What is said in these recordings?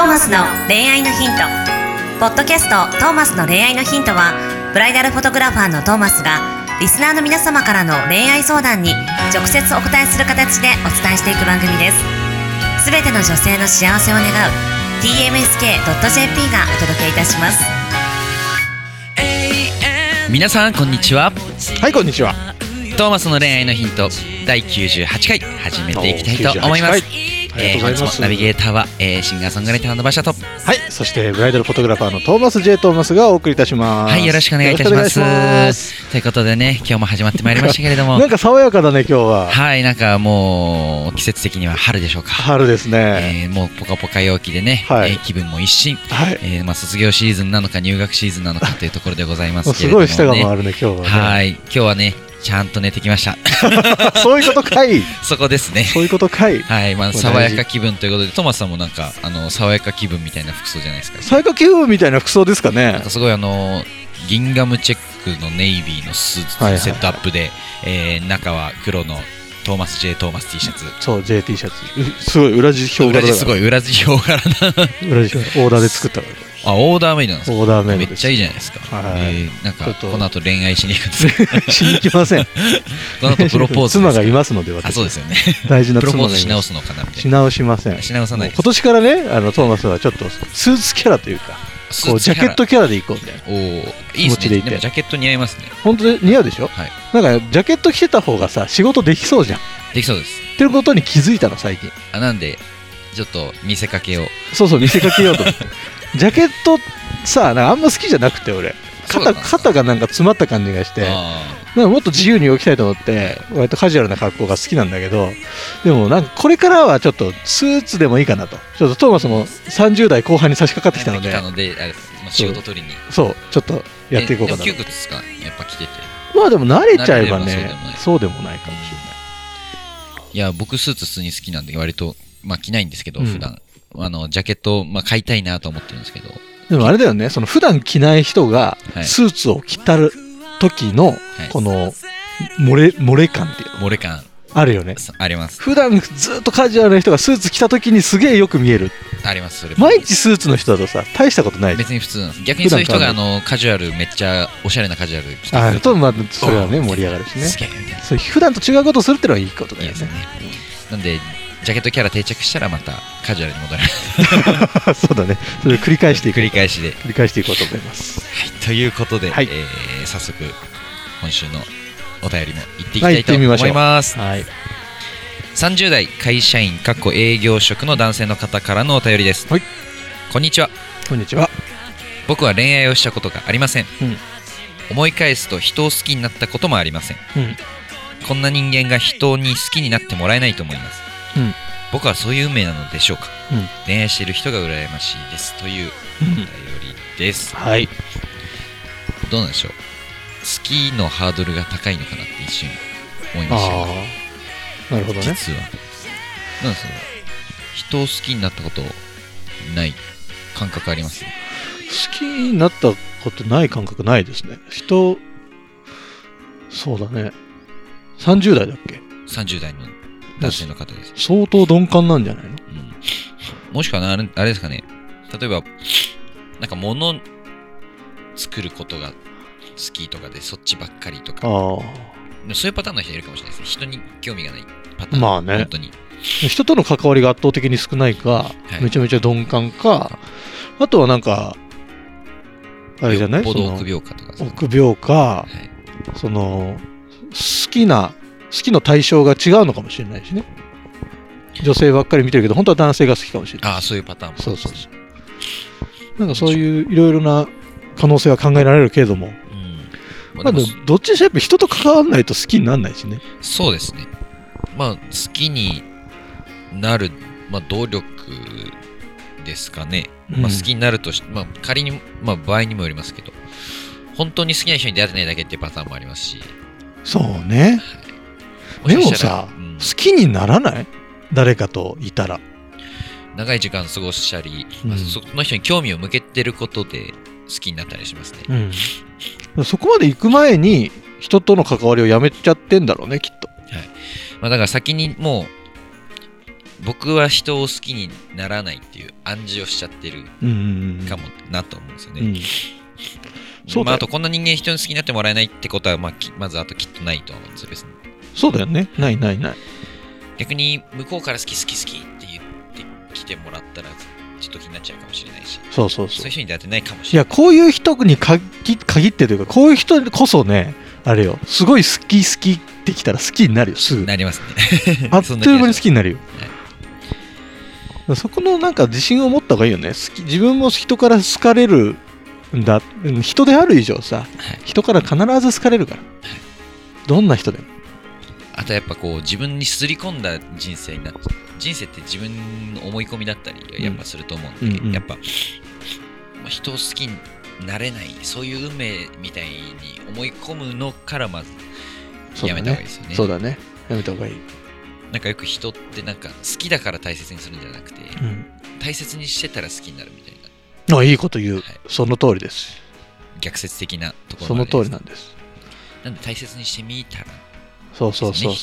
ーマスの恋愛のヒント。ポッドキャストトーマスの恋愛のヒントは、ブライダルフォトグラファーのトーマスがリスナーの皆様からの恋愛相談に直接お答えする形でお伝えしていく番組です。すべての女性の幸せを願う tmsk.jp がお届けいたします。 皆さんこんにちは。 はい、こんにちは。 トーマスの恋愛のヒント第98回始めていきたいと思います。本日もナビゲーターは、シンガーソングライターの馬車と、 はい、そしてブライダルフォトグラファーのトーマス J トーマスがお送りいたします。 はい、よろしくお願いいたします。ということでね、今日も始まってまいりましたけれどもなんか爽やかだね今日は。 はい、なんかもう季節的には春でしょうか。 春ですね。 もうポカポカ陽気でね、 はい、 気分も一新、 はい、 卒業シーズンなのか入学シーズンなのかというところでございますけれども、ね、 すごい舌が回るね今日はね。 はい、今日はねちゃんと寝てきましたそういうことかい。 そこですね。 そういうことかい。 はい、爽やか気分ということで、トマスさんもなんか爽やか気分みたいな服装じゃないですか。 爽やか気分みたいな服装ですかね。 なんかすごいギンガムチェックのネイビーのスーツセットアップで、中は黒のトーマス J トーマス T シャツ。 そう J T シャツ。すごい裏地表柄だ。 すごい裏地表柄な。 裏地オーダーで作ったから。 あ、オーダーメイドなんですか。 オーダーメイドです。 めっちゃいいじゃないですか。なんかこの後恋愛しに行くんですか。 しに行きません。 この後プロポーズ妻がいますので私。 あ、そうですよね。 大事な妻がいます。 プロポーズし直すのかなみたいな。 し直しません。 し直さないです。 今年からね、トーマスはちょっとスーツキャラというか、こうジャケットキャラでいこうみたいな。 おお、いいですね。でもジャケット似合いますね。 本当に似合うでしょ。 はい。 なんかジャケット着てた方がさ仕事できそうじゃん。 できそうです。 っていうことに気づいたの最近。 なんでちょっと見せかけを。 そう見せかけようと思って。ジャケットさ、なんかあんま好きじゃなくて俺。肩がなんか詰まった感じがして、なんかもっと自由に動きたいと思って割とカジュアルな格好が好きなんだけど、でもなんかこれからはちょっとスーツでもいいかなと。ちょっとトーマスも30代後半に差し掛かってきたので、 仕事取りにそうちょっとやっていこうかなと。 窮屈ですか、やっぱ着てて。 まあでも慣れちゃえばね、そうでもないかもしれない。 いや僕スーツ普通に好きなんで割と着ないんですけど、普段ジャケット買いたいなと思ってるんですけど。 でもあれだよね、その普段着ない人がスーツを着た時のこの漏れ感っていう漏れ感あるよね。 あります。 普段ずっとカジュアルな人がスーツ着た時にすげえよく見える。 あります。それ毎日スーツの人だとさ大したことない。 別に普通なんです。逆にそういう人がカジュアルめっちゃおしゃれなカジュアル着てくるとそれはね盛り上がるしね。そう普段と違うことをするってのはいいことだよね。 なんでジャケットキャラ定着したらまたカジュアルに戻る。 そうだね。それを繰り返していこうと思います。 はい、ということで、早速今週のお便りも行っていきたいと思います。 はい、 30代会社員営業職の男性の方からのお便りです。 はい、 こんにちは。 こんにちは。 僕は恋愛をしたことがありません。思い返すと人を好きになったこともありません。こんな人間が人に好きになってもらえないと思います。僕はそういう運命なのでしょうか。恋愛している人が羨ましいですというお便りです。 はい。 どうなんでしょう。好きのハードルが高いのかなって一瞬思いました。 なるほどね。 実はなんですか、人を好きになったことない感覚あります？ 好きになったことない感覚ないですね。そうだね。30代だっけ ？30代の男性の方です。 相当鈍感なんじゃないの？ もしくはあれですかね。例えばなんか物作ることが好きとかでそっちばっかりとか。そういうパターンの人いるかもしれないですね。人に興味がないパターン。 まあね。 本当に人との関わりが圧倒的に少ないか、めちゃめちゃ鈍感か、あとはなんかあれじゃない？ 臆病かとか。 臆病か、その好きの対象が違うのかもしれないしね。女性ばっかり見てるけど本当は男性が好きかもしれない。 そういうパターンも。 そうなんかそういういろいろな可能性は考えられるけれども、どっちにしろやっぱ人と関わらないと好きにならないしね。そうですね。 好きになる、努力ですかね。好きになると仮に、場合にもよりますけど、本当に好きな人に出会ってないだけっていうパターンもありますし。 そうね。でもさ、好きにならない？誰かといたら長い時間過ごしたり、その人に興味を向けてることで好きになったりしますね。 そこまで行く前に人との関わりをやめちゃってんだろうね、きっと。 だから先にも僕は人を好きにならないっていう暗示をしちゃってるかもなと思うんですよね。そうだよ。あとこんな人間人に好きになってもらえないってことは、まずあときっとないと思うんですよ、別に。 そうだよね。ない。 逆に向こうから好きって言ってきてもらったらちょっと気になっちゃうかもしれないし。そういう人に出会ってないかもしれない。いや、 こういう人に限ってというか、こういう人こそね、あれよ、すごい好きってきたら好きになるよ、すぐ。 なりますね。 あっという間に好きになるよ。そこのなんか自信を持った方がいいよね。自分も人から好かれるんだ。人である以上さ、人から必ず好かれるから。どんな人でも。 あとやっぱこう自分にすり込んだ人生になって、人生って自分の思い込みだったりやっぱすると思うんで、やっぱ人を好きになれない、そういう運命みたいに思い込むのからまずやめた方がいいですよね。 そうだね。やめた方がいい。 なんかよく人ってなんか好きだから大切にするんじゃなくて、大切にしてたら好きになるみたいな。 いいこと言う、その通りです。 逆説的なところその通りなんです。 なんで大切にしてみたら、 そう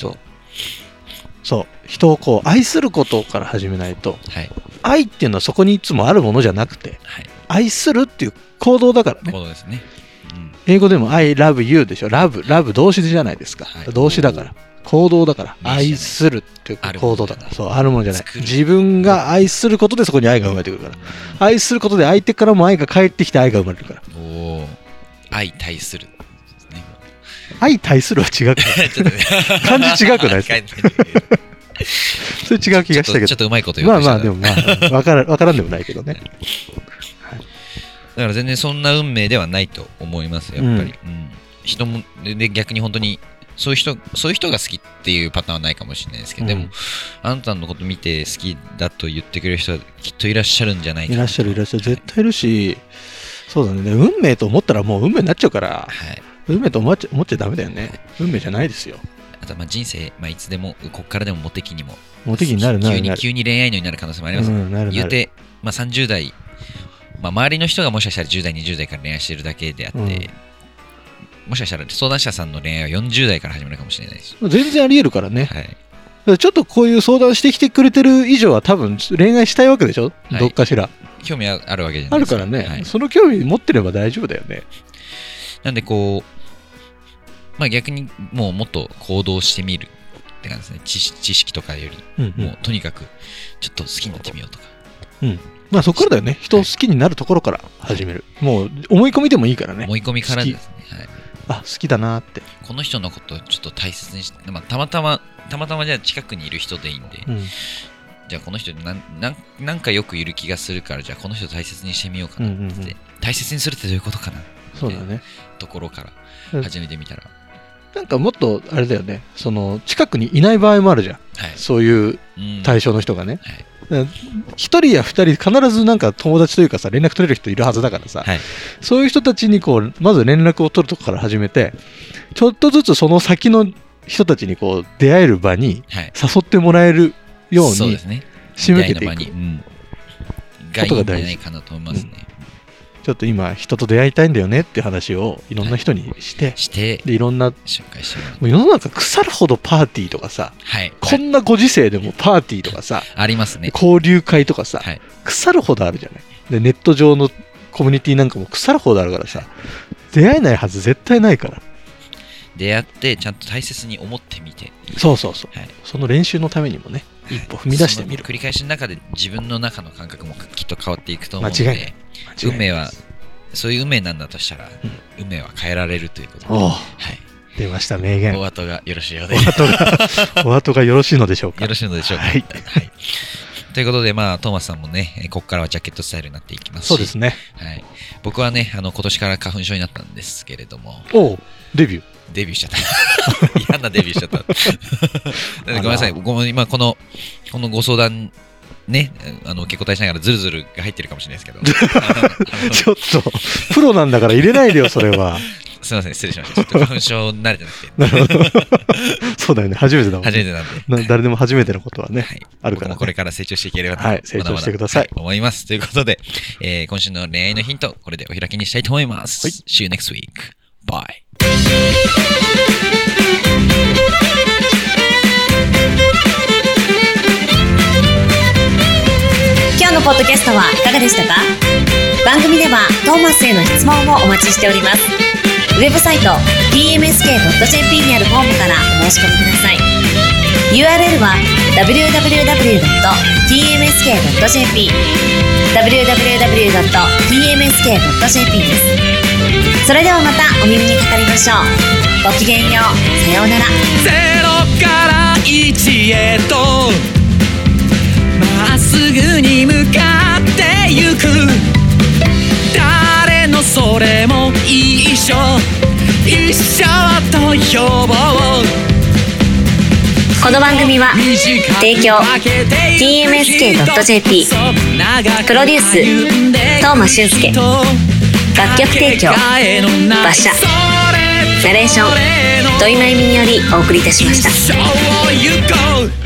人をこう愛することから始めないと、愛っていうのはそこにいつもあるものじゃなくて、愛するっていう行動だからね。 行動ですね。 英語でも I love you でしょ。ラブ動詞じゃないですか。動詞だから。行動だから。愛するっていう行動だから。そう、あるものじゃない。自分が愛することでそこに愛が生まれてくるから。愛することで相手からも愛が返ってきて愛が生まれるから。 愛対する。 愛対するは違くない漢字違くないですかそれ違う気がしたけど。 ちょっとうまいこと言うとしたでもわからんでもないけどね。だから全然そんな運命ではないと思います、やっぱり。人もで逆に本当にそういう人が好きっていうパターンはないかもしれないですけど、でもあなたのこと見て好きだと言ってくれる人はきっといらっしゃるんじゃないかな。 いらっしゃる絶対いるし、そうだね。運命と思ったらもう運命になっちゃうから。運命と思っちゃダメだよね。運命じゃないですよ。 あと人生、いつでもこっからでもモテ期になる急に恋愛のになる可能性もあります。言うて、30代、周りの人がもしかしたら10代20代から恋愛してるだけであって、もしかしたら相談者さんの恋愛は40代から始まるかもしれないです。 全然ありえるからね。ちょっとこういう相談してきてくれてる以上は多分恋愛したいわけでしょ、どっかしら。 興味あるわけじゃないですか。 あるからね、その興味持ってれば大丈夫だよね。 なんでこう、逆にもっと行動してみるって感じですね。知識とかより、もうとにかくちょっと好きになってみようとか。 そこからだよね。人を好きになるところから始める。もう思い込みでもいいからね。 思い込みからですね。 好きだなって。 この人のことをちょっと大切にして、たまたまじゃあ近くにいる人でいいんで、じゃあこの人なんかよくいる気がするから、じゃあこの人大切にしてみようかなって、大切にするってどういうことかな。 そうだね。 ところから始めてみたら。 なんかもっとあれだよね、その近くにいない場合もあるじゃん、そういう対象の人がね。一人や二人必ずなんか友達というかさ、連絡取れる人いるはずだからさ、そういう人たちにこうまず連絡を取るとこから始めて、ちょっとずつその先の人たちにこう出会える場に誘ってもらえるように仕向けていくことが大事かなと思いますね。ちょっと今人と出会いたいんだよねって話をいろんな人にして、でいろんな紹介してもう世の中腐るほどパーティーとかさ、こんなご時世でもパーティーとかさありますね。 交流会とかさ、腐るほどあるじゃない。でネット上のコミュニティなんかも腐るほどあるからさ、出会えないはず絶対ないから。 出会ってちゃんと大切に思ってみて、 その練習のためにもね、一歩踏み出してみる。 繰り返しの中で自分の中の感覚もきっと変わっていくと思うので、運命はそういう運命なんだとしたら、運命は変えられるということで、 出ました名言。 お後がよろしいようで。 お後がよろしいのでしょうか。 よろしいのでしょうか。ということで、トーマスさんもね、ここからはジャケットスタイルになっていきますし、 そうですね。 僕はね、今年から花粉症になったんですけれども、 デビューしちゃった。嫌なデビューしちゃった。ごめんなさい、今このご相談ね、受け答えしながらズルズルが入ってるかもしれないですけどちょっとプロなんだから入れないでよ、それは。 すいません、失礼しました。ちょっと花粉症慣れてなくて。 なるほど。そうだよね、初めてだもんね。 初めてなんで。 誰でも初めてのことはね、あるから、ね。僕もこれから成長していければと、 成長してください。 思います。ということで、今週の恋愛のヒント、これでお開きにしたいと思います。See you next week. Bye. ポッドキャストはいかがでしたか？番組ではトーマスへの質問もお待ちしております。ウェブサイト tmsk.jp にあるフォームからお申し込みください。 URL は www.tmsk.jp www.tmsk.jp です。それではまたお耳にかかりましょう。ごきげんよう。さようなら。 0から1へとまっすぐに向かってゆく、誰のそれも一緒と呼ぼう。 この番組は提供 tmsk.jp プロデュース東間俊介、楽曲提供馬車、ナレーション土井真由美によりお送りいたしました。